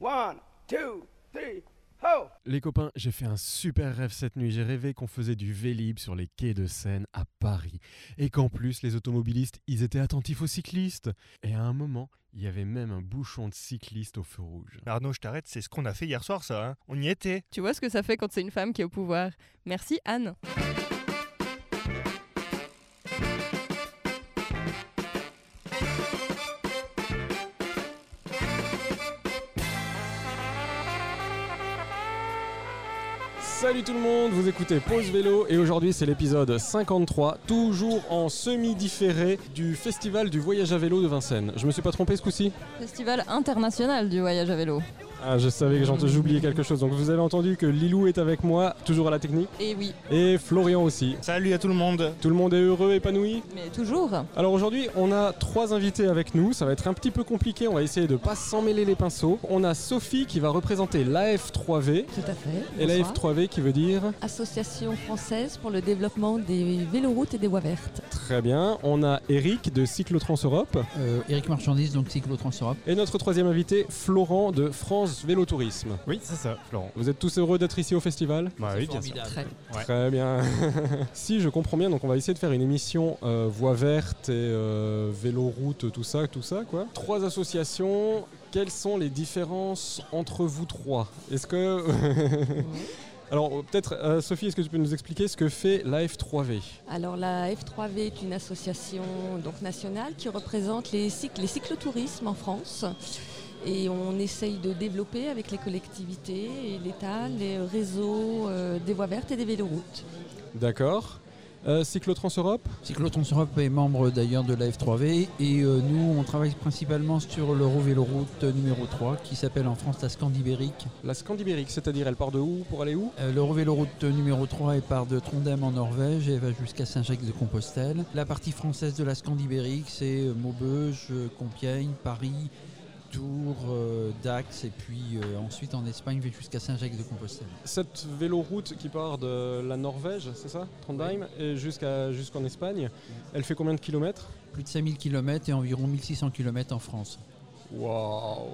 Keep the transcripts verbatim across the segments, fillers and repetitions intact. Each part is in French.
One, two, three, ho! Les copains, j'ai fait un super rêve cette nuit. J'ai rêvé qu'on faisait du Vélib sur les quais de Seine à Paris. Et qu'en plus, les automobilistes, ils étaient attentifs aux cyclistes. Et à un moment, il y avait même un bouchon de cyclistes au feu rouge. Arnaud, je t'arrête, c'est ce qu'on a fait hier soir, ça. Hein. On y était. Tu vois ce que ça fait quand c'est une femme qui est au pouvoir. Merci Anne. Salut tout le monde, vous écoutez Pause Vélo et aujourd'hui c'est l'épisode cinquante-trois, toujours en semi-différé du Festival du Voyage à Vélo de Vincennes. Je me suis pas trompé ce coup-ci ? Festival international du voyage à vélo. Ah, je savais que j'en- j'oubliais quelque chose. Donc vous avez entendu que Lilou est avec moi, toujours à la technique, Et oui, et Florian aussi. Salut à tout le monde. Tout le monde est heureux, épanoui ? mais toujours. Alors aujourd'hui, on a trois invités avec nous. Ça va être un petit peu compliqué. On va essayer de pas s'en mêler les pinceaux. On a Sophie qui va représenter l'A F trois V. Tout à fait. Et l'A F Bonsoir. trois V qui veut dire... Association française pour le développement des véloroutes et des voies vertes. Très bien. On a Eric de Cyclotrans Europe. Euh, Eric Marchandise, donc Cyclotrans Europe. Et notre troisième invité, Florent de France Vélo Tourisme. Oui, c'est ça, Florent. Vous êtes tous heureux d'être ici au festival ? Bah oui, bien sûr. Formidable. Très. Ouais. Très bien. Si je comprends bien, donc on va essayer de faire une émission euh, voie verte et euh, véloroute, tout ça, tout ça quoi. Trois associations. Quelles sont les différences entre vous trois ? Est-ce que alors peut-être euh, Sophie, est-ce que tu peux nous expliquer ce que fait l'A F trois V ? Alors la F trois V est une association donc, nationale qui représente les, cycles, les cyclotourismes en France. Et on essaye de développer avec les collectivités et l'État les réseaux euh, des voies vertes et des véloroutes. D'accord. Euh, Cyclotrans Europe ? Cyclotrans Europe est membre d'ailleurs de l'A F trois V et euh, nous on travaille principalement sur l'Eurovéloroute numéro trois qui s'appelle en France la Scandibérique. La Scandibérique, c'est-à-dire elle part de où pour aller où ? Euh, L'Eurovéloroute numéro trois elle part de Trondheim en Norvège et elle va jusqu'à Saint-Jacques-de-Compostelle. La partie française de la Scandibérique c'est euh, Maubeuge, euh, Compiègne, Paris, Tours, euh, Dax et puis euh, ensuite en Espagne va jusqu'à Saint-Jacques-de-Compostelle. Cette véloroute qui part de la Norvège, c'est ça ? Trondheim, et jusqu'à, jusqu'en Espagne, elle fait combien de kilomètres ? Plus de cinq mille kilomètres et environ mille six cents kilomètres en France. Waouh !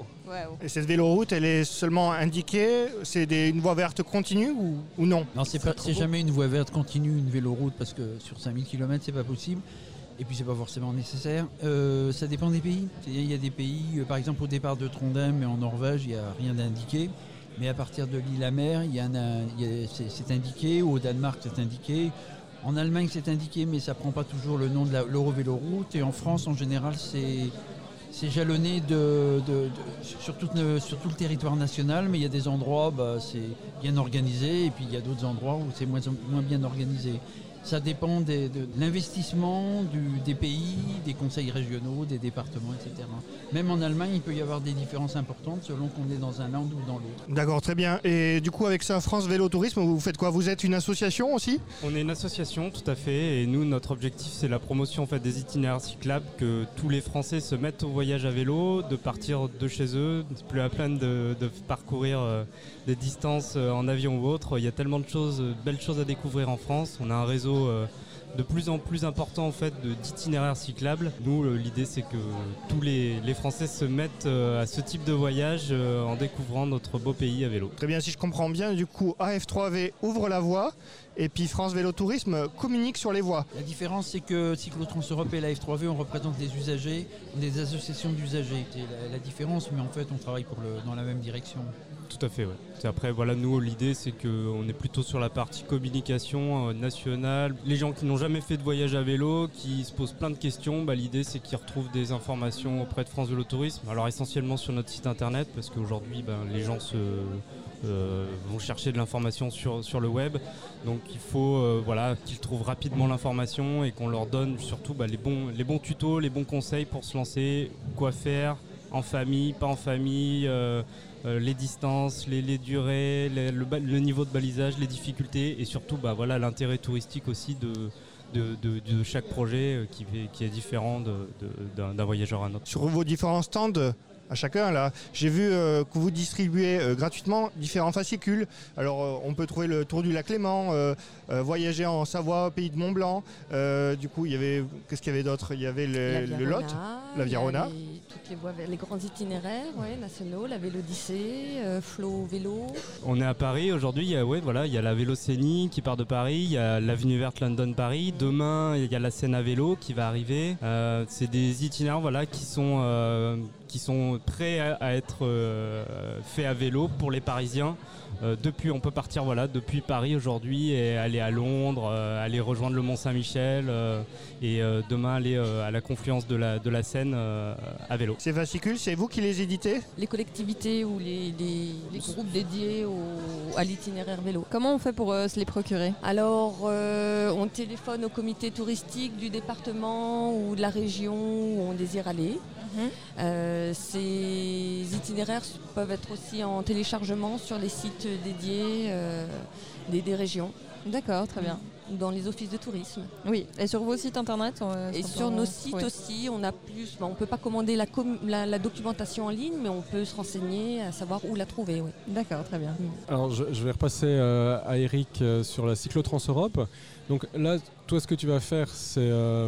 Waouh. Et cette véloroute, elle est seulement indiquée, c'est des, une voie verte continue ou, ou non? Non, c'est, pas, c'est jamais une voie verte continue, une véloroute, parce que sur cinq mille kilomètres, c'est pas possible. Et puis, c'est pas forcément nécessaire. Euh, ça dépend des pays. C'est-à-dire, il y a des pays, euh, par exemple, au départ de Trondheim et en Norvège, il n'y a rien d'indiqué. Mais à partir de l'île Mer, il y en a, il y a, c'est, c'est indiqué. Au Danemark, c'est indiqué. En Allemagne, c'est indiqué, mais ça ne prend pas toujours le nom de la, l'Eurovéloroute. Et en France, en général, c'est... C'est jalonné de, de, de, sur, tout le, sur tout le territoire national, mais il y a des endroits, bah, c'est bien organisé, et puis il y a d'autres endroits où c'est moins, moins bien organisé. Ça dépend des, de, de l'investissement du, des pays, des conseils régionaux, des départements, et cetera. Même en Allemagne, il peut y avoir des différences importantes selon qu'on est dans un land ou dans l'autre. D'accord, très bien. Et du coup, avec ça, France Vélo Tourisme, vous faites quoi? Vous êtes une association aussi? On est une association, tout à fait, et nous, notre objectif, c'est la promotion en fait, des itinéraires cyclables, que tous les Français se mettent au voyage à vélo, de partir de chez eux, plus à peine de, de parcourir euh, des distances euh, en avion ou autre. Il y a tellement de choses, de belles choses à découvrir en France. On a un réseau euh, de plus en plus important en fait, de, d'itinéraires cyclables. Nous, euh, l'idée, c'est que tous les, les Français se mettent euh, à ce type de voyage euh, en découvrant notre beau pays à vélo. Très bien, si je comprends bien, du coup, A F trois V ouvre la voie et puis France Vélo Tourisme communique sur les voies. La différence, c'est que Cyclotrans Europe et la F trois V, on représente des usagers, des associations d'usagers. C'est la, la différence, mais en fait, on travaille pour le, dans la même direction. Tout à fait, ouais. C'est après, voilà, nous, l'idée, c'est qu'on est plutôt sur la partie communication euh, nationale. Les gens qui n'ont jamais fait de voyage à vélo, qui se posent plein de questions, bah, l'idée, c'est qu'ils retrouvent des informations auprès de France Vélo Tourisme. Alors, essentiellement sur notre site internet, parce qu'aujourd'hui, bah, les gens se, euh, vont chercher de l'information sur, sur le web. Donc, il faut euh, voilà, qu'ils trouvent rapidement l'information et qu'on leur donne surtout bah, les, bons, les bons tutos, les bons conseils pour se lancer, quoi faire, en famille, pas en famille, euh, euh, les distances, les, les durées, les, le, le niveau de balisage, les difficultés et surtout bah, voilà, l'intérêt touristique aussi de, de, de, de chaque projet euh, qui, qui est différent de, de, d'un, d'un voyageur à un autre. Sur vos différents stands, à chacun, là, j'ai vu euh, que vous distribuez euh, gratuitement différents fascicules. Alors, euh, on peut trouver le Tour du Lac Léman, euh, euh, voyager en Savoie, pays de Mont-Blanc. Euh, du coup, il y avait, qu'est-ce qu'il y avait d'autre? Il y avait le, La le Lot. Diagonale, La Virona. il y a les, toutes les, voies, les grands itinéraires ouais, nationaux, la Vélodyssée, euh, Flow Vélo. On est à Paris aujourd'hui, il y a, ouais, voilà, il y a la Vélocénie qui part de Paris, il y a l'avenue verte London-Paris. Demain, il y a la Seine à vélo qui va arriver. Euh, c'est des itinéraires voilà, qui, sont, euh, qui sont prêts à, à être euh, faits à vélo pour les Parisiens. Euh, depuis, on peut partir voilà, depuis Paris aujourd'hui et aller à Londres, euh, aller rejoindre le Mont-Saint-Michel euh, et euh, demain aller euh, à la confluence de la, de la Seine euh, à vélo. Ces fascicules, c'est vous qui les éditez ? Les collectivités ou les, les, les groupes dédiés au, à l'itinéraire vélo. Comment on fait pour euh, se les procurer ? Alors, euh, on téléphone au comité touristique du département ou de la région où on désire aller. Mmh. Euh, ces itinéraires peuvent être aussi en téléchargement sur les sites dédiés euh, des, des régions. D'accord, très bien. Dans les offices de tourisme. Oui, et sur vos sites internet euh, Et sur nos sites oui. aussi, on a plus. Ben, on ne peut pas commander la, com- la, la documentation en ligne, mais on peut se renseigner à savoir où la trouver. Oui. D'accord, très bien. Alors je, je vais repasser euh, à Eric euh, sur la Cyclo-Trans-Europe. Donc là, toi, ce que tu vas faire, c'est euh,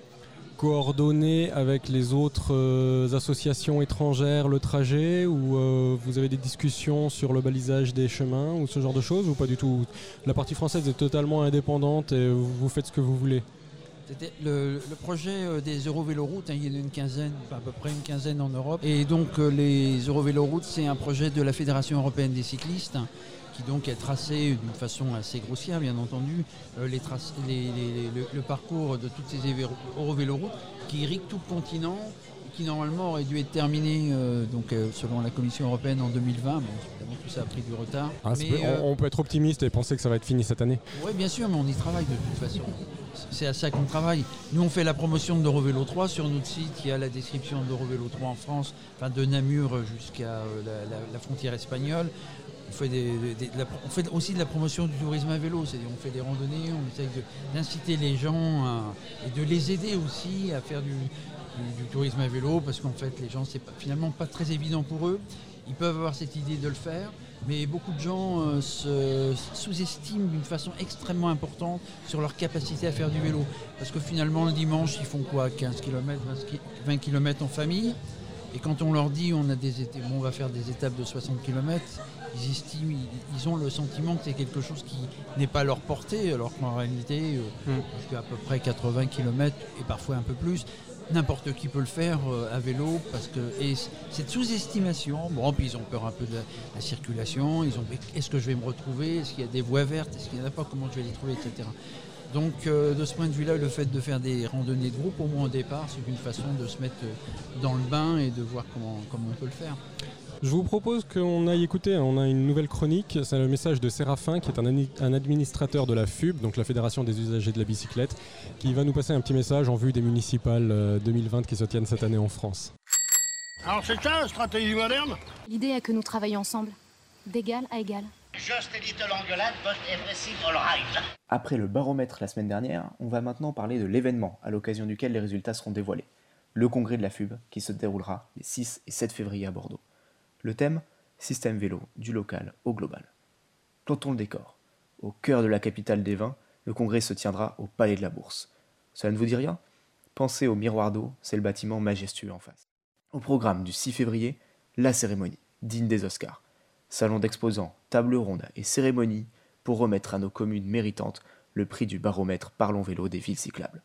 coordonner avec les autres euh, associations étrangères le trajet, ou euh, vous avez des discussions sur le balisage des chemins ou ce genre de choses, ou pas du tout ? La partie française est totalement indépendante et vous faites ce que vous voulez. C'était le, le projet des Eurovéloroutes, hein, il y en a une quinzaine, à peu près une quinzaine en Europe. Et donc euh, les Eurovéloroutes, c'est un projet de la Fédération européenne des cyclistes, hein, qui donc est tracé d'une façon assez grossière, bien entendu, euh, les traces, les, les, les, le, le parcours de toutes ces Eurovéloroutes qui irriguent tout le continent, qui normalement aurait dû être terminé euh, donc, euh, selon la Commission européenne en deux mille vingt. Bon, évidemment, tout ça a pris du retard. Ah, mais, peut, euh, on, on peut être optimiste et penser que ça va être fini cette année. Oui, bien sûr, mais on y travaille de toute façon. C'est à ça qu'on travaille. Nous, on fait la promotion de l'Eurovélo trois. Sur notre site, il y a la description de l'Eurovélo trois en France, enfin de Namur jusqu'à euh, la, la, la frontière espagnole. On fait, des, des, de la, on fait aussi de la promotion du tourisme à vélo, c'est-à-dire on fait des randonnées, on essaye de, d'inciter les gens à, et de les aider aussi à faire du, du, du tourisme à vélo, parce qu'en fait les gens, c'est pas, finalement pas très évident pour eux. Ils peuvent avoir cette idée de le faire, mais beaucoup de gens euh, se sous-estiment d'une façon extrêmement importante sur leur capacité à faire du vélo. Parce que finalement le dimanche, ils font quoi, quinze kilomètres, vingt kilomètres en famille. Et quand on leur dit on a des éta- bon, on va faire des étapes de soixante kilomètres, ils estiment, ils, ils ont le sentiment que c'est quelque chose qui n'est pas à leur portée, alors qu'en réalité, euh, mmh. jusqu'à à peu près quatre-vingts kilomètres et parfois un peu plus, n'importe qui peut le faire euh, à vélo, parce que et cette sous-estimation, bon, puis ils ont peur un peu de la, la circulation, ils ont est-ce que je vais me retrouver, est-ce qu'il y a des voies vertes, est-ce qu'il n'y en a pas, comment je vais les trouver, et cetera. Donc euh, de ce point de vue-là, le fait de faire des randonnées de groupe, au moins au départ, c'est une façon de se mettre dans le bain et de voir comment, comment on peut le faire. Je vous propose qu'on aille écouter, on a une nouvelle chronique, c'est le message de Séraphin, qui est un, un administrateur de la F U B, donc la Fédération des usagers de la bicyclette, qui va nous passer un petit message en vue des municipales deux mille vingt qui se tiennent cette année en France. Alors c'est ça la stratégie moderne ? L'idée est que nous travaillions ensemble, d'égal à égal. Just a little engueulade, but everything all right. Après le baromètre la semaine dernière, on va maintenant parler de l'événement à l'occasion duquel les résultats seront dévoilés. Le congrès de la F U B qui se déroulera les six et sept février à Bordeaux. Le thème, système vélo, du local au global. Plantons le décor. Au cœur de la capitale des vins, le congrès se tiendra au Palais de la Bourse. Cela ne vous dit rien ? Pensez au miroir d'eau, c'est le bâtiment majestueux en face. Au programme du six février, la cérémonie, digne des Oscars. Salon d'exposants, table ronde et cérémonie pour remettre à nos communes méritantes le prix du baromètre Parlons Vélo des villes cyclables.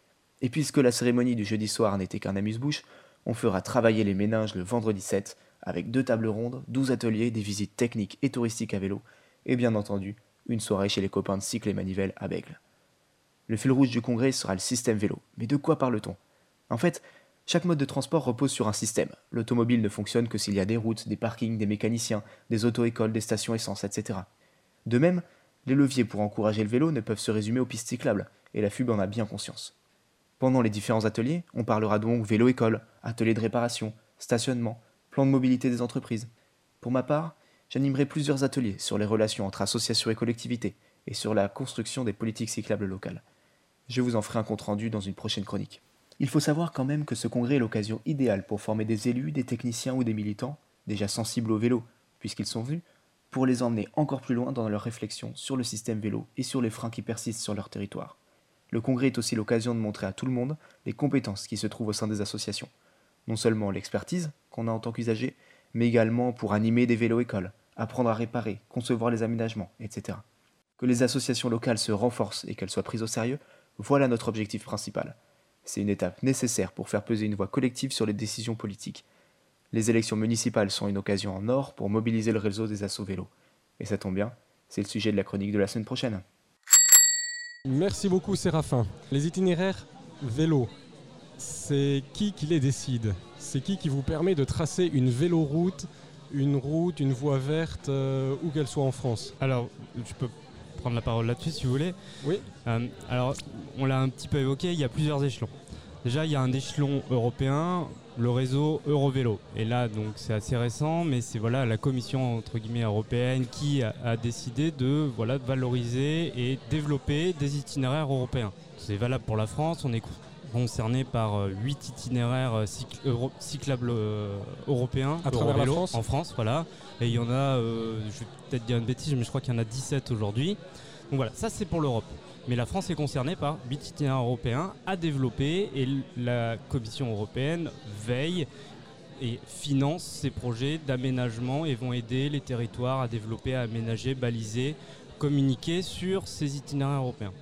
Et puisque la cérémonie du jeudi soir n'était qu'un amuse-bouche, on fera travailler les méninges le vendredi sept avec deux tables rondes, douze ateliers, des visites techniques et touristiques à vélo et bien entendu une soirée chez les copains de Cycle et Manivelle à Bègle. Le fil rouge du congrès sera le système vélo. Mais de quoi parle-t-on ? En fait, chaque mode de transport repose sur un système. L'automobile ne fonctionne que s'il y a des routes, des parkings, des mécaniciens, des auto-écoles, des stations essence, et cetera. De même, les leviers pour encourager le vélo ne peuvent se résumer aux pistes cyclables, et la F U B en a bien conscience. Pendant les différents ateliers, on parlera donc vélo-école, atelier de réparation, stationnement, plan de mobilité des entreprises. Pour ma part, j'animerai plusieurs ateliers sur les relations entre associations et collectivités, et sur la construction des politiques cyclables locales. Je vous en ferai un compte-rendu dans une prochaine chronique. Il faut savoir quand même que ce congrès est l'occasion idéale pour former des élus, des techniciens ou des militants, déjà sensibles au vélo, puisqu'ils sont venus, pour les emmener encore plus loin dans leur réflexion sur le système vélo et sur les freins qui persistent sur leur territoire. Le congrès est aussi l'occasion de montrer à tout le monde les compétences qui se trouvent au sein des associations. Non seulement l'expertise qu'on a en tant qu'usager, mais également pour animer des vélos-écoles, apprendre à réparer, concevoir les aménagements, et cetera. Que les associations locales se renforcent et qu'elles soient prises au sérieux, voilà notre objectif principal. C'est une étape nécessaire pour faire peser une voix collective sur les décisions politiques. Les élections municipales sont une occasion en or pour mobiliser le réseau des assos vélos. Et ça tombe bien, c'est le sujet de la chronique de la semaine prochaine. Merci beaucoup Séraphin. Les itinéraires vélo, c'est qui qui les décide? C'est qui qui vous permet de tracer une véloroute, une route, une voie verte, euh, où qu'elle soit en France? Alors, je peux prendre la parole là-dessus si vous voulez. Oui. Euh, alors, on l'a un petit peu évoqué, il y a plusieurs échelons. Déjà, il y a un échelon européen, le réseau Eurovélo. Et là, donc, c'est assez récent, mais c'est voilà, la commission entre guillemets européenne qui a, a décidé de, voilà, de valoriser et développer des itinéraires européens. C'est valable pour la France, on est concerné par huit itinéraires cycl- euro- cyclables euh, européens à travers la France. En France, voilà. Et il y en a, euh, je vais peut-être dire une bêtise, mais je crois qu'il y en a dix-sept aujourd'hui. Donc voilà, ça c'est pour l'Europe. Mais la France est concernée par huit itinéraires européens à développer et la Commission européenne veille et finance ces projets d'aménagement et vont aider les territoires à développer, à aménager, baliser, communiquer sur ces itinéraires européens.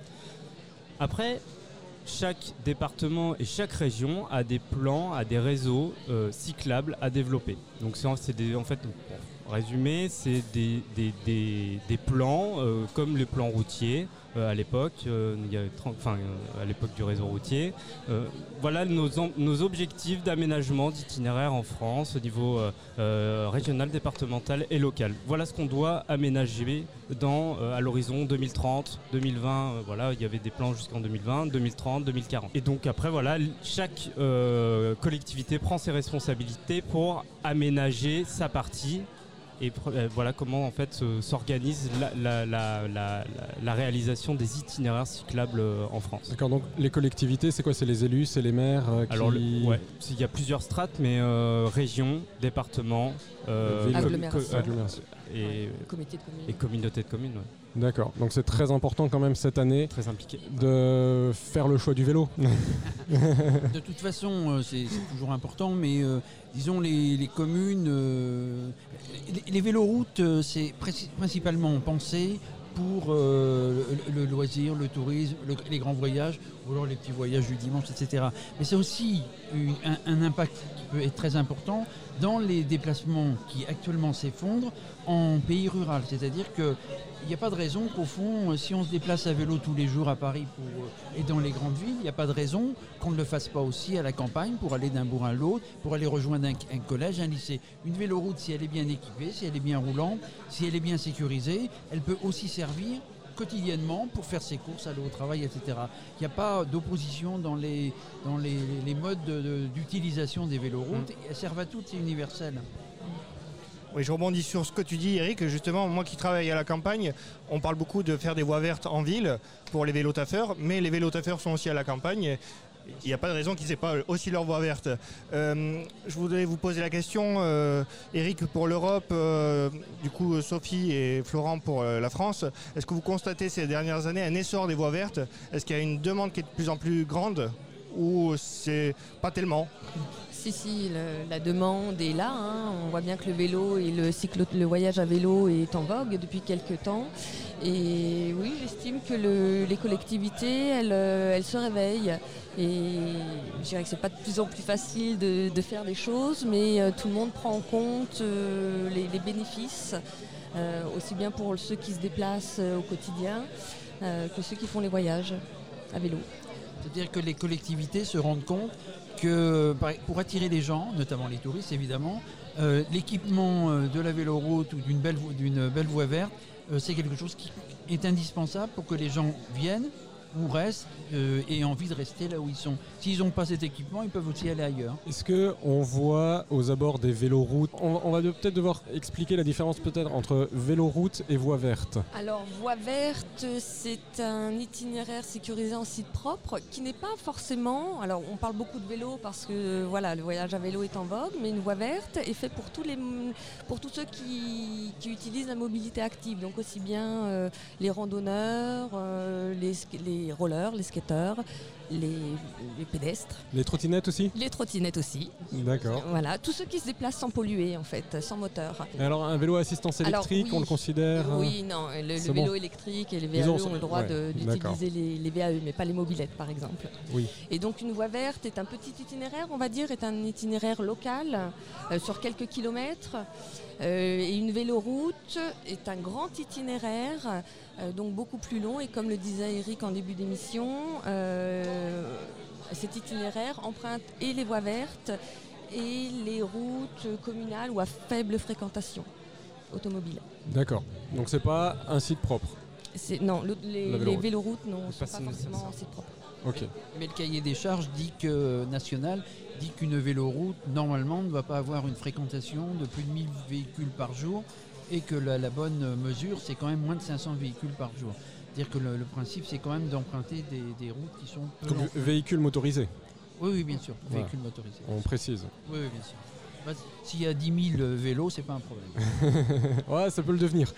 Après, chaque département et chaque région a des plans, a des réseaux euh, cyclables à développer. Donc c'est, c'est des, en fait, pour résumer, c'est des, des, des, des plans euh, comme les plans routiers euh, à l'époque, euh, il y a trente, enfin, euh, à l'époque du réseau routier. Euh, voilà nos, nos objectifs d'aménagement d'itinéraires en France au niveau euh, euh, régional, départemental et local. Voilà ce qu'on doit aménager dans, euh, à l'horizon deux mille trente, deux mille vingt. Euh, voilà, il y avait des plans jusqu'en deux mille vingt, deux mille trente, deux mille quarante. Et donc après, voilà, chaque euh, collectivité prend ses responsabilités pour aménager sa partie. Et euh, voilà comment en fait euh, s'organise la, la, la, la, la réalisation des itinéraires cyclables euh, en France. D'accord, donc les collectivités, c'est quoi? C'est les élus, c'est les maires euh, qui... Alors, le, ouais, il y a plusieurs strates, mais euh, région, département, euh, agglomération, co- agglomération et, ouais, comité de communes. et communauté de communes. Ouais. D'accord, donc c'est très important quand même cette année très impliqué. De faire le choix du vélo. De toute façon, euh, c'est, c'est toujours important, mais euh, disons les, les communes, euh, les, les véloroutes, euh, c'est pré- principalement pensé pour euh, le, le loisir, le tourisme, le, les grands voyages, ou alors les petits voyages du dimanche, et cetera. Mais c'est aussi une, un, un impact qui peut être très important dans les déplacements qui actuellement s'effondrent en pays rural. C'est-à-dire que il n'y a pas de raison qu'au fond, si on se déplace à vélo tous les jours à Paris pour, et dans les grandes villes, il n'y a pas de raison qu'on ne le fasse pas aussi à la campagne pour aller d'un bourg à l'autre, pour aller rejoindre un, un collège, un lycée. Une véloroute, si elle est bien équipée, si elle est bien roulante, si elle est bien sécurisée, elle peut aussi servir quotidiennement pour faire ses courses, aller au travail, et cetera. Il n'y a pas d'opposition dans les, dans les, les modes de, de, d'utilisation des véloroutes. Elles servent à toutes, c'est universel. Oui, je rebondis sur ce que tu dis, Eric. Justement, moi qui travaille à la campagne, on parle beaucoup de faire des voies vertes en ville pour les vélotaffeurs, mais les vélotaffeurs sont aussi à la campagne. Il n'y a pas de raison qu'ils n'aient pas aussi leur voie verte. Euh, je voudrais vous poser la question, euh, Eric, pour l'Europe, euh, du coup Sophie et Florent pour euh, la France. Est-ce que vous constatez ces dernières années un essor des voies vertes? Est-ce qu'il y a une demande qui est de plus en plus grande ou c'est pas tellement? Si, si, le, la demande est là. Hein. On voit bien que le vélo et le, cyclo, le voyage à vélo est en vogue depuis quelques temps. Et oui, j'estime que le, les collectivités, elles, elles se réveillent. Et je dirais que c'est pas de plus en plus facile de, de faire des choses, mais euh, tout le monde prend en compte euh, les, les bénéfices, euh, aussi bien pour ceux qui se déplacent euh, au quotidien euh, que ceux qui font les voyages à vélo. C'est-à-dire que les collectivités se rendent compte que pour attirer les gens, notamment les touristes évidemment, euh, l'équipement de la véloroute ou d'une belle, d'une belle voie verte, euh, c'est quelque chose qui est indispensable pour que les gens viennent ou restent euh, et aient envie de rester là où ils sont. S'ils n'ont pas cet équipement, ils peuvent aussi aller ailleurs. Est-ce qu'on voit aux abords des véloroutes, on, on va de, peut-être devoir expliquer la différence peut-être entre véloroute et voie verte. Alors voie verte, c'est un itinéraire sécurisé en site propre qui n'est pas forcément, alors on parle beaucoup de vélo parce que voilà, le voyage à vélo est en vogue, mais une voie verte est faite pour tous, les, pour tous ceux qui, qui utilisent la mobilité active, donc aussi bien euh, les randonneurs, euh, les, les les rollers, les skateurs, les, les pédestres. Les trottinettes aussi ? Les trottinettes aussi. D'accord. Voilà, tous ceux qui se déplacent sans polluer en fait, sans moteur. Et alors un vélo à assistance électrique, Alors, oui, on le considère Oui, non, le, le c'est vélo bon. électrique et les Ils V A E ont- ont, le droit ouais, de- d'accord. d'utiliser les, les V A E, mais pas les mobylettes par exemple. Oui. Et donc une voie verte est un petit itinéraire, on va dire, est un itinéraire local euh, sur quelques kilomètres. Euh, et une véloroute est un grand itinéraire, euh, donc beaucoup plus long. Et comme le disait Eric en début d'émission, euh, cet itinéraire emprunte et les voies vertes et les routes communales ou à faible fréquentation automobile. D'accord. Donc c'est pas un site propre. C'est, non, le- les, La les véloroute. véloroutes non, C'est sont pas pas si forcément nécessaire. en site propre. Ok. Mais le cahier des charges dit que national dit qu'une véloroute normalement ne va pas avoir une fréquentation de plus de mille véhicules par jour et que la, la bonne mesure c'est quand même moins de cinq cents véhicules par jour. C'est-à-dire que le, le principe c'est quand même d'emprunter des, des routes qui sont peu Donc lentes. véhicule motorisé, Oui, oui, bien sûr, Voilà. véhicules motorisés. on précise. Oui, oui, bien sûr. Bah, s'il y a dix mille vélos, c'est pas un problème. Ouais, ça peut le devenir.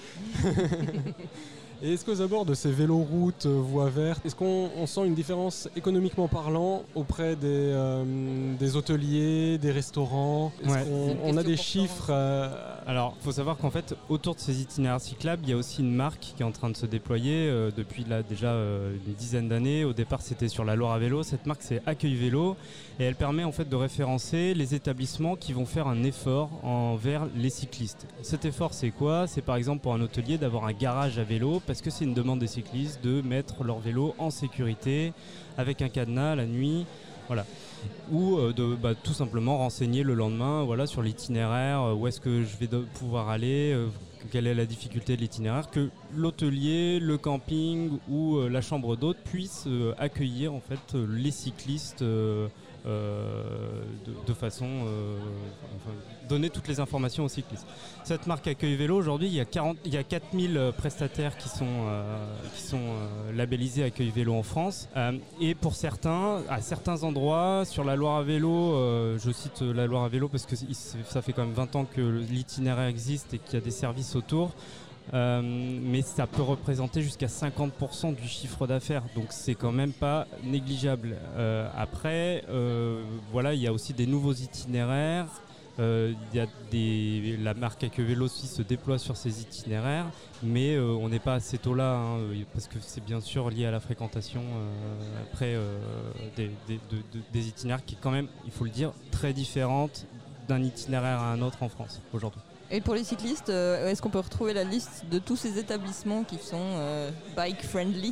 Et est-ce qu'aux abords de ces véloroutes, euh, voies vertes, est-ce qu'on on sent une différence économiquement parlant auprès des, euh, des hôteliers, des restaurants ? Est-ce Ouais. qu'on- C'est une on a question des pour chiffres euh, Alors, il faut savoir qu'en fait, autour de ces itinéraires cyclables, il y a aussi une marque qui est en train de se déployer euh, depuis là, déjà euh, une dizaine d'années. Au départ, c'était sur la Loire à vélo. Cette marque, c'est Accueil Vélo. Et elle permet en fait de référencer les établissements qui vont faire un effort envers les cyclistes. Cet effort, c'est quoi ? C'est par exemple pour un hôtelier d'avoir un garage à vélo, parce que c'est une demande des cyclistes de mettre leur vélo en sécurité, avec un cadenas la nuit. Voilà. Ou euh, de bah, tout simplement renseigner le lendemain voilà, sur l'itinéraire, euh, où est-ce que je vais de- pouvoir aller, euh, quelle est la difficulté de l'itinéraire, que l'hôtelier, le camping ou euh, la chambre d'hôte puissent euh, accueillir en fait, euh, les cyclistes euh, euh, de, de façon euh, enfin, donner toutes les informations aux cyclistes. Cette marque Accueil Vélo, aujourd'hui, il y a, quarante, il y a quatre mille prestataires qui sont, euh, qui sont euh, labellisés Accueil Vélo en France. Euh, et pour certains, à certains endroits, sur la Loire à vélo, euh, je cite la Loire à vélo parce que c'est- ça fait quand même vingt ans que l'itinéraire existe et qu'il y a des services autour. Euh, mais ça peut représenter jusqu'à cinquante pour cent du chiffre d'affaires, donc c'est quand même pas négligeable. Euh, après, euh, voilà, il y a aussi des nouveaux itinéraires. Euh, il y a des, la marque Accueil Vélo aussi se déploie sur ces itinéraires, mais euh, on n'est pas à ces taux-là, hein, parce que c'est bien sûr lié à la fréquentation euh, après euh, des, des, de- de- des itinéraires qui est quand même, il faut le dire, très différente d'un itinéraire à un autre en France aujourd'hui. Et pour les cyclistes, euh, est-ce qu'on peut retrouver la liste de tous ces établissements qui sont euh, bike-friendly ?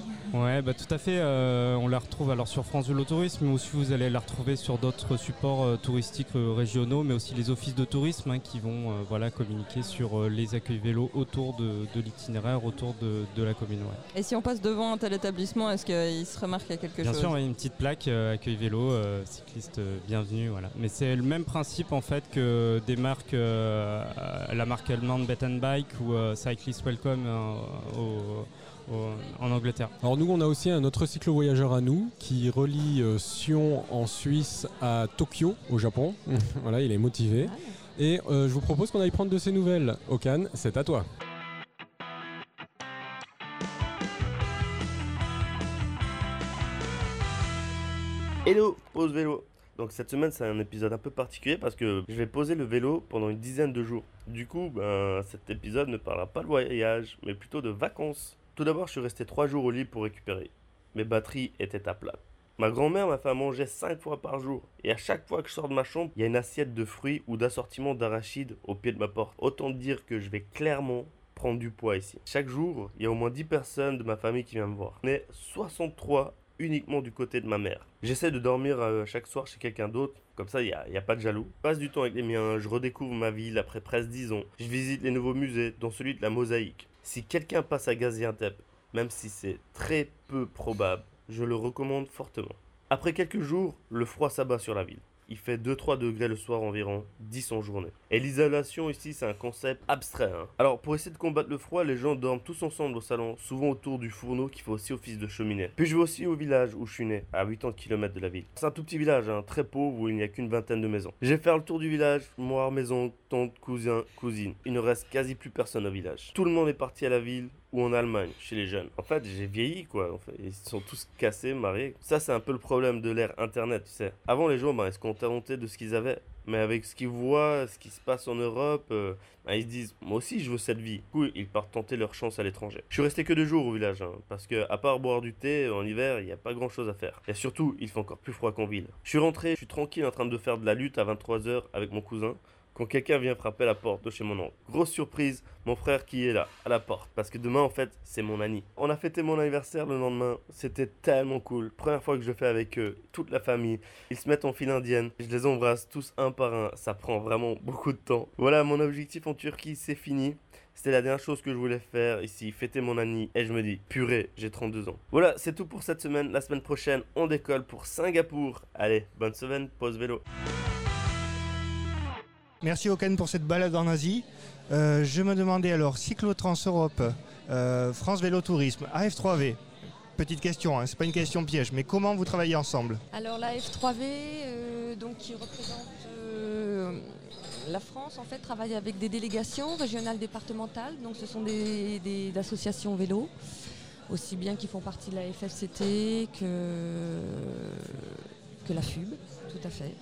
Ouais, bah tout à fait. euh, on la retrouve alors sur France Vélo Tourisme, mais aussi vous allez la retrouver sur d'autres supports euh, touristiques euh, régionaux, mais aussi les offices de tourisme hein, qui vont euh, voilà, communiquer sur euh, les accueils vélos autour de, de l'itinéraire, autour de, de la commune. Ouais. Et si on passe devant un tel établissement, est-ce qu'il se remarque à quelque Bien chose ? sûr, ouais, une petite plaque euh, accueil vélo, euh, cycliste euh, bienvenue. Voilà. Mais c'est le même principe en fait que des marques, euh, la marque allemande Bet and Bike ou euh, Cyclist Welcome euh, au- au- en Angleterre. Alors nous, on a aussi un autre cyclo-voyageur à nous qui relie euh, Sion en Suisse à Tokyo au Japon. Voilà, il est motivé. Et euh, je vous propose qu'on aille prendre de ses nouvelles. Okan, c'est à toi. Hello, pause vélo. Donc cette semaine c'est un épisode un peu particulier parce que je vais poser le vélo pendant une dizaine de jours. Du coup, ben, cet épisode ne parlera pas de voyage, mais plutôt de vacances. Tout d'abord, je suis resté trois jours au lit pour récupérer. Mes batteries étaient à plat. Ma grand-mère m'a fait à manger cinq fois par jour. Et à chaque fois que je sors de ma chambre, il y a une assiette de fruits ou d'assortiment d'arachides au pied de ma porte. Autant dire que je vais clairement prendre du poids ici. Chaque jour, il y a au moins dix personnes de ma famille qui viennent me voir. Mais soixante-trois uniquement du côté de ma mère. J'essaie de dormir euh, chaque soir chez quelqu'un d'autre, comme ça il n'y a, y a pas de jaloux. Je passe du temps avec les miens, je redécouvre ma ville après presque dix ans. Je visite les nouveaux musées, dont celui de la Mosaïque. Si quelqu'un passe à Gaziantep, même si c'est très peu probable, je le recommande fortement. Après quelques jours, le froid s'abat sur la ville. il fait deux à trois degrés le soir environ, dix en journée. Et l'isolation ici, c'est un concept abstrait. Hein. Alors, pour essayer de combattre le froid, les gens dorment tous ensemble au salon, souvent autour du fourneau qui fait aussi office de cheminée. Puis je vais aussi au village où je suis né, à huit kilomètres de la ville. C'est un tout petit village, hein, très pauvre, où il n'y a qu'une vingtaine de maisons. J'ai fait le tour du village, moi, maison, tante, cousin, cousine. Il ne reste quasi plus personne au village. Tout le monde est parti à la ville ou en Allemagne, chez les jeunes. En fait, j'ai vieilli, quoi. En fait, ils sont tous cassés, mariés. Ça, c'est un peu le problème de l'ère Internet, tu sais. Avant, les gens, bah, ils se contentaient de ce qu'ils avaient. Mais avec ce qu'ils voient, ce qui se passe en Europe, euh, bah, ils se disent, moi aussi, je veux cette vie. Du coup, ils partent tenter leur chance à l'étranger. Je suis resté que deux jours au village, hein, parce que à part boire du thé, en hiver, il n'y a pas grand-chose à faire. Et surtout, il fait encore plus froid qu'en ville. Je suis rentré, je suis tranquille en train de faire de la lutte à vingt-trois heures avec mon cousin, quand quelqu'un vient frapper à la porte de chez mon oncle. Grosse surprise, mon frère qui est là, à la porte. Parce que demain, en fait, c'est mon Annie. On a fêté mon anniversaire le lendemain. C'était tellement cool. Première fois que je le fais avec eux, toute la famille. Ils se mettent en file indienne. Je les embrasse tous un par un. Ça prend vraiment beaucoup de temps. Voilà, mon objectif en Turquie, c'est fini. C'était la dernière chose que je voulais faire ici, fêter mon Annie. Et je me dis, purée, j'ai trente-deux ans. Voilà, c'est tout pour cette semaine. La semaine prochaine, on décolle pour Singapour. Allez, bonne semaine, pause vélo. Merci Okan pour cette balade en Asie. Euh, je me demandais alors, Cyclotrans Europe, euh, France Vélo Tourisme, A F trois V. Petite question, hein, c'est pas une question piège, mais comment vous travaillez ensemble? Alors la F trois V, euh, donc, qui représente euh, la France, en fait, travaille avec des délégations régionales départementales. Donc ce sont des, des associations vélo, aussi bien qui font partie de la F F C T que, que la F U B, tout à fait.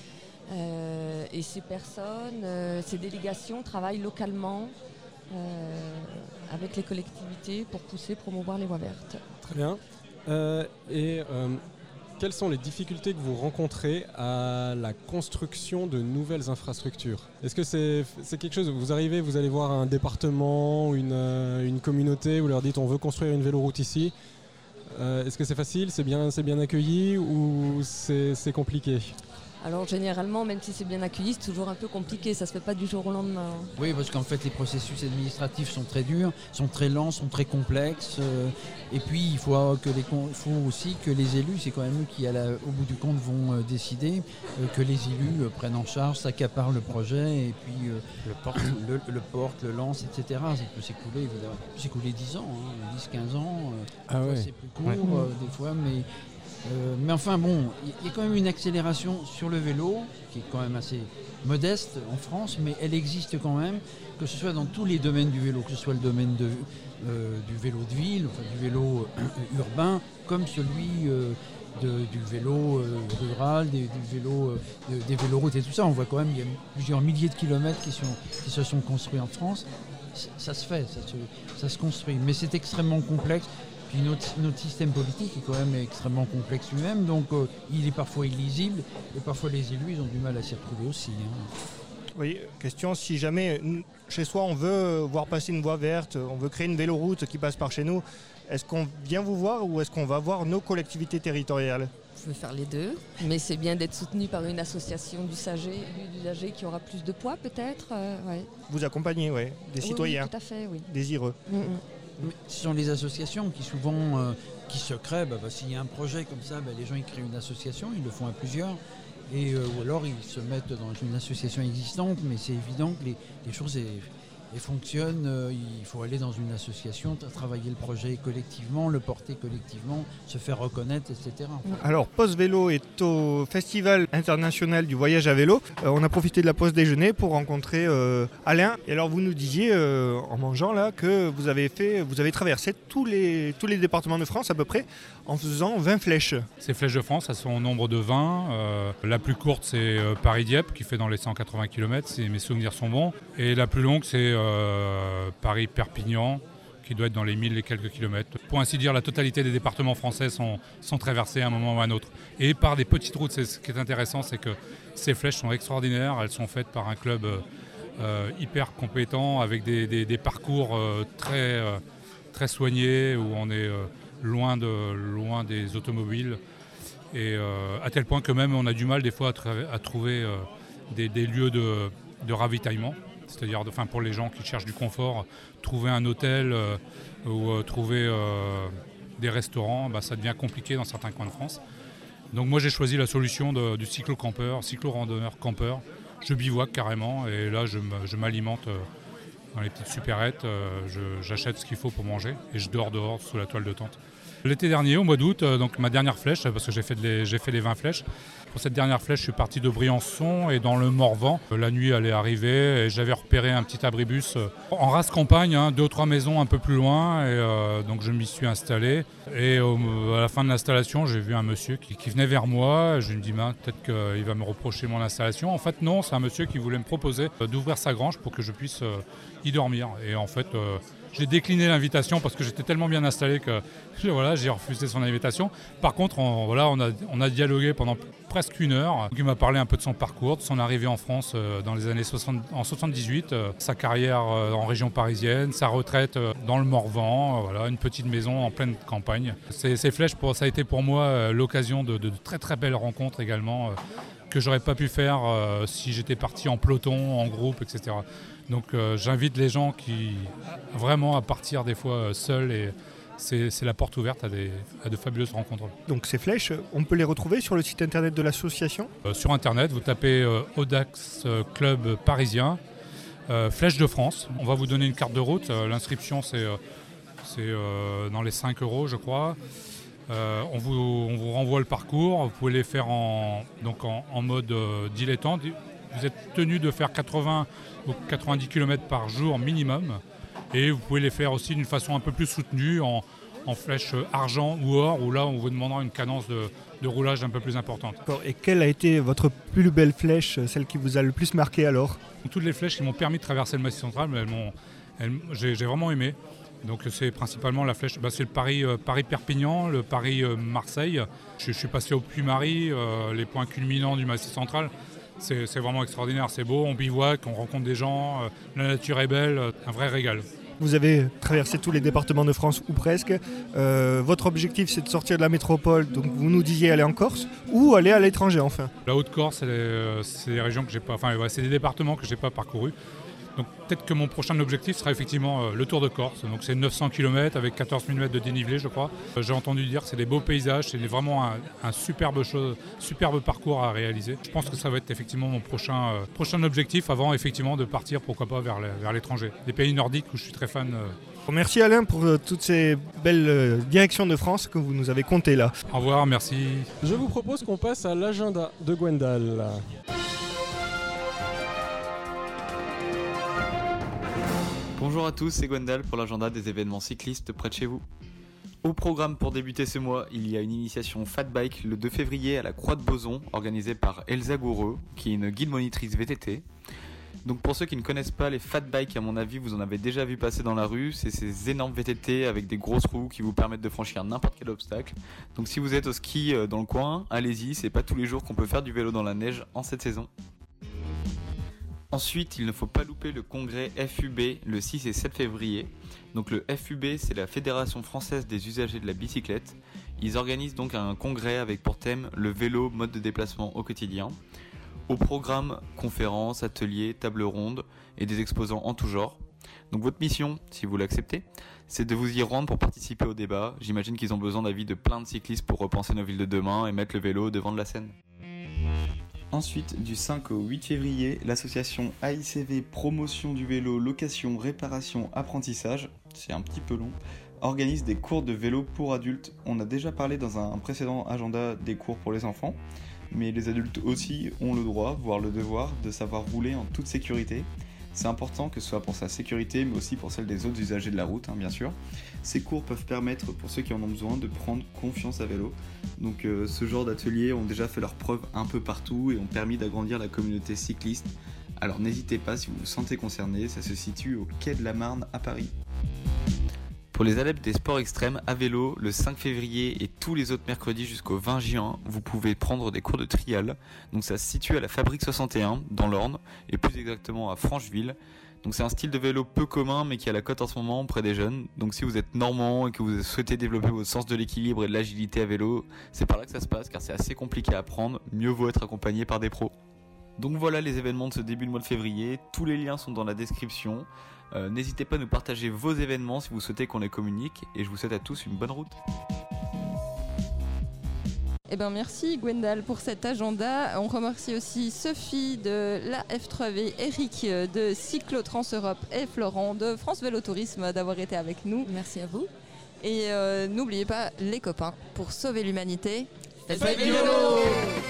Euh, et ces personnes, euh, ces délégations travaillent localement euh, avec les collectivités pour pousser, promouvoir les voies vertes. Très bien. Euh, et euh, quelles sont les difficultés que vous rencontrez à la construction de nouvelles infrastructures? Est-ce que c'est, c'est quelque chose, vous arrivez, vous allez voir un département, une, euh, une communauté, vous leur dites on veut construire une véloroute ici. Euh, est-ce que c'est facile, c'est bien, c'est bien accueilli ou c'est, c'est compliqué? Alors généralement, même si c'est bien accueilli, c'est toujours un peu compliqué, ça se fait pas du jour au lendemain. Oui, parce qu'en fait les processus administratifs sont très durs, sont très lents, sont très complexes. Euh, et puis il faut, que les, faut aussi que les élus, c'est quand même eux qui à la, au bout du compte vont euh, décider, euh, que les élus euh, prennent en charge, s'accaparent le projet et puis euh, le, porte. le, le porte, le lance, et cetera. Ça peut s'écouler, évidemment. Ça peut s'écouler dix ans, hein, dix quinze ans. Euh, ah ouais. C'est plus court ouais. euh, des fois, mais... Euh, mais enfin bon, il y a quand même une accélération sur le vélo qui est quand même assez modeste en France, mais elle existe quand même, que ce soit dans tous les domaines du vélo, que ce soit le domaine de, euh, du vélo de ville, enfin, du vélo euh, urbain, comme celui euh, de, du vélo euh, rural, des, du vélo, euh, de, des véloroutes et tout ça. On voit quand même qu'il y a plusieurs milliers de kilomètres qui, sont, qui se sont construits en France. Ça, ça se fait, ça se, ça se construit, mais c'est extrêmement complexe. Puis notre, notre système politique est quand même extrêmement complexe lui-même, donc euh, il est parfois illisible, et parfois les élus ils ont du mal à s'y retrouver aussi. Hein. Oui, question, si jamais chez soi on veut voir passer une voie verte, on veut créer une véloroute qui passe par chez nous, est-ce qu'on vient vous voir ou est-ce qu'on va voir nos collectivités territoriales? Je veux faire les deux, mais c'est bien d'être soutenu par une association d'usagers, d'usagers qui aura plus de poids peut-être. Euh, ouais. Vous accompagnez, oui, des oui, citoyens oui, tout à fait, oui. Désireux. Mm-hmm. Mais ce sont les associations qui souvent euh, qui se créent. Bah, bah, s'il y a un projet comme ça, bah, les gens ils créent une association, ils le font à plusieurs. Et, euh, ou alors ils se mettent dans une association existante, mais c'est évident que les, les choses est, et fonctionne, euh, il faut aller dans une association, travailler le projet collectivement, le porter collectivement, se faire reconnaître, et cetera. Alors, Pause Vélo est au Festival international du voyage à vélo. Euh, on a profité de la pause déjeuner pour rencontrer euh, Alain. Et alors, vous nous disiez, euh, en mangeant là, que vous avez, fait, vous avez traversé tous les, tous les départements de France à peu près, en faisant vingt flèches. Ces flèches de France, elles sont au nombre de vingt. Euh, la plus courte, c'est euh, Paris-Dieppe, qui fait dans les cent quatre-vingts kilomètres, si mes souvenirs sont bons. Et la plus longue, c'est euh, Paris-Perpignan, qui doit être dans les mille et quelques kilomètres. Pour ainsi dire, la totalité des départements français sont, sont traversés à un moment ou à un autre. Et par des petites routes. C'est, ce qui est intéressant, c'est que ces flèches sont extraordinaires. Elles sont faites par un club euh, hyper compétent, avec des, des, des parcours euh, très, euh, très soignés, où on est... Euh, Loin, de, loin des automobiles, et euh, à tel point que même on a du mal des fois à, tra- à trouver euh, des, des lieux de, de ravitaillement, c'est-à-dire de, enfin, pour les gens qui cherchent du confort, trouver un hôtel euh, ou euh, trouver euh, des restaurants, bah, ça devient compliqué dans certains coins de France. Donc moi j'ai choisi la solution de, du cyclo-campeur, cyclo-randonneur-campeur. Je bivouac carrément et là je, je m'alimente euh, dans les petites supérettes, euh, je, j'achète ce qu'il faut pour manger et je dors dehors sous la toile de tente. L'été dernier, au mois d'août, euh, donc ma dernière flèche, parce que j'ai fait, de les, j'ai fait les vingt flèches. Pour cette dernière flèche, je suis parti de Briançon et dans le Morvan. Euh, la nuit allait arriver et j'avais repéré un petit abribus euh, en race campagne, hein, deux ou trois maisons un peu plus loin. Et euh, donc je m'y suis installé. Et euh, à la fin de l'installation, j'ai vu un monsieur qui, qui venait vers moi. Je me dis, ben, peut-être qu'il va me reprocher mon installation. En fait, non, c'est un monsieur qui voulait me proposer euh, d'ouvrir sa grange pour que je puisse euh, y dormir. Et en fait, euh, j'ai décliné l'invitation parce que j'étais tellement bien installé que voilà, j'ai refusé son invitation. Par contre, on, voilà, on, a, on a dialogué pendant presque une heure. Il m'a parlé un peu de son parcours, de son arrivée en France euh, dans les années soixante, en soixante-dix-huit, euh, sa carrière euh, en région parisienne, sa retraite euh, dans le Morvan, euh, voilà, une petite maison en pleine campagne. Ces, ces flèches, pour, ça a été pour moi euh, l'occasion de, de, de très très belles rencontres également, euh, que j'aurais pas pu faire euh, si j'étais parti en peloton, en groupe, et cetera. Donc euh, j'invite les gens qui vraiment à partir des fois euh, seuls et c'est, c'est la porte ouverte à, des, à de fabuleuses rencontres. Donc ces flèches, on peut les retrouver sur le site internet de l'association ? euh, Sur internet, vous tapez euh, Audax euh, Club Parisien, euh, Flèche de France. On va vous donner une carte de route. Euh, l'inscription c'est, euh, c'est euh, dans les cinq euros je crois. Euh, on, vous, on vous renvoie le parcours. Vous pouvez les faire en, donc en, en mode euh, dilettante. Vous êtes tenu de faire quatre-vingts ou quatre-vingt-dix kilomètres par jour minimum. Et vous pouvez les faire aussi d'une façon un peu plus soutenue en, en flèche argent ou or, où là on vous demandera une cadence de, de roulage un peu plus importante. Et quelle a été votre plus belle flèche, celle qui vous a le plus marqué alors ? Toutes les flèches qui m'ont permis de traverser le Massif central, elles m'ont, elles, j'ai, j'ai vraiment aimé. Donc c'est principalement la flèche, bah c'est le Paris, euh, Paris-Perpignan, le Paris-Marseille. Je, je suis passé au Puy-Marie, euh, les points culminants du Massif central. C'est, c'est vraiment extraordinaire, c'est beau, on bivouac, on rencontre des gens, euh, la nature est belle, euh, un vrai régal. Vous avez traversé tous les départements de France, ou presque. Euh, votre objectif, c'est de sortir de la métropole, donc vous nous disiez aller en Corse, ou aller à l'étranger enfin ? La Haute-Corse, c'est, les, c'est des régions que j'ai pas, enfin ouais, c'est des départements que je n'ai pas parcourus. Donc peut-être que mon prochain objectif sera effectivement euh, le Tour de Corse. Donc c'est neuf cents kilomètres avec quatorze mille mètres de dénivelé, je crois. Euh, j'ai entendu dire que c'est des beaux paysages, c'est vraiment un, un superbe, chose, superbe parcours à réaliser. Je pense que ça va être effectivement mon prochain, euh, prochain objectif avant effectivement de partir, pourquoi pas, vers, les, vers l'étranger. Des pays nordiques où je suis très fan. Euh. Merci Alain pour euh, toutes ces belles euh, directions de France que vous nous avez contées là. Au revoir, merci. Je vous propose qu'on passe à l'agenda de Gwendal. Bonjour à tous, c'est Gwendal pour l'agenda des événements cyclistes près de chez vous. Au programme pour débuter ce mois, il y a une initiation Fat Bike le deux février à la Croix de Boson, organisée par Elsa Goureux, qui est une guide monitrice V T T. Donc pour ceux qui ne connaissent pas les Fat Bike, à mon avis, vous en avez déjà vu passer dans la rue. C'est ces énormes V T T avec des grosses roues qui vous permettent de franchir n'importe quel obstacle. Donc si vous êtes au ski dans le coin, allez-y, c'est pas tous les jours qu'on peut faire du vélo dans la neige en cette saison. Ensuite, il ne faut pas louper le congrès F U B le six et sept février. Donc le F U B, c'est la Fédération française des usagers de la bicyclette. Ils organisent donc un congrès avec pour thème le vélo, mode de déplacement au quotidien. Au programme, conférences, ateliers, tables rondes et des exposants en tout genre. Donc votre mission, si vous l'acceptez, c'est de vous y rendre pour participer au débat. J'imagine qu'ils ont besoin d'avis de plein de cyclistes pour repenser nos villes de demain et mettre le vélo au devant de la scène. Ensuite, du cinq au huit février, l'association A I C V Promotion du vélo, location, réparation, apprentissage, c'est un petit peu long, organise des cours de vélo pour adultes. On a déjà parlé dans un précédent agenda des cours pour les enfants, mais les adultes aussi ont le droit, voire le devoir, de savoir rouler en toute sécurité. C'est important que ce soit pour sa sécurité, mais aussi pour celle des autres usagers de la route, hein, bien sûr. Ces cours peuvent permettre, pour ceux qui en ont besoin, de prendre confiance à vélo. Donc euh, ce genre d'ateliers ont déjà fait leurs preuves un peu partout et ont permis d'agrandir la communauté cycliste. Alors n'hésitez pas si vous vous sentez concerné, ça se situe au quai de la Marne à Paris. Pour les adeptes des sports extrêmes à vélo, le cinq février et tous les autres mercredis jusqu'au vingt juin, vous pouvez prendre des cours de trial. Donc ça se situe à la Fabrique soixante et un, dans l'Orne, et plus exactement à Francheville. Donc c'est un style de vélo peu commun, mais qui a la cote en ce moment auprès des jeunes. Donc si vous êtes normand et que vous souhaitez développer votre sens de l'équilibre et de l'agilité à vélo, c'est par là que ça se passe, car c'est assez compliqué à apprendre, mieux vaut être accompagné par des pros. Donc voilà les événements de ce début de mois de février, tous les liens sont dans la description. Euh, n'hésitez pas à nous partager vos événements si vous souhaitez qu'on les communique, et je vous souhaite à tous une bonne route. Eh ben merci Gwendal pour cet agenda. On remercie aussi Sophie de la F trois V, Eric de Cyclo-Trans-Europe et Florent de France Vélo Tourisme d'avoir été avec nous. Merci à vous. Et euh, n'oubliez pas les copains, pour sauver l'humanité, faites du vélo.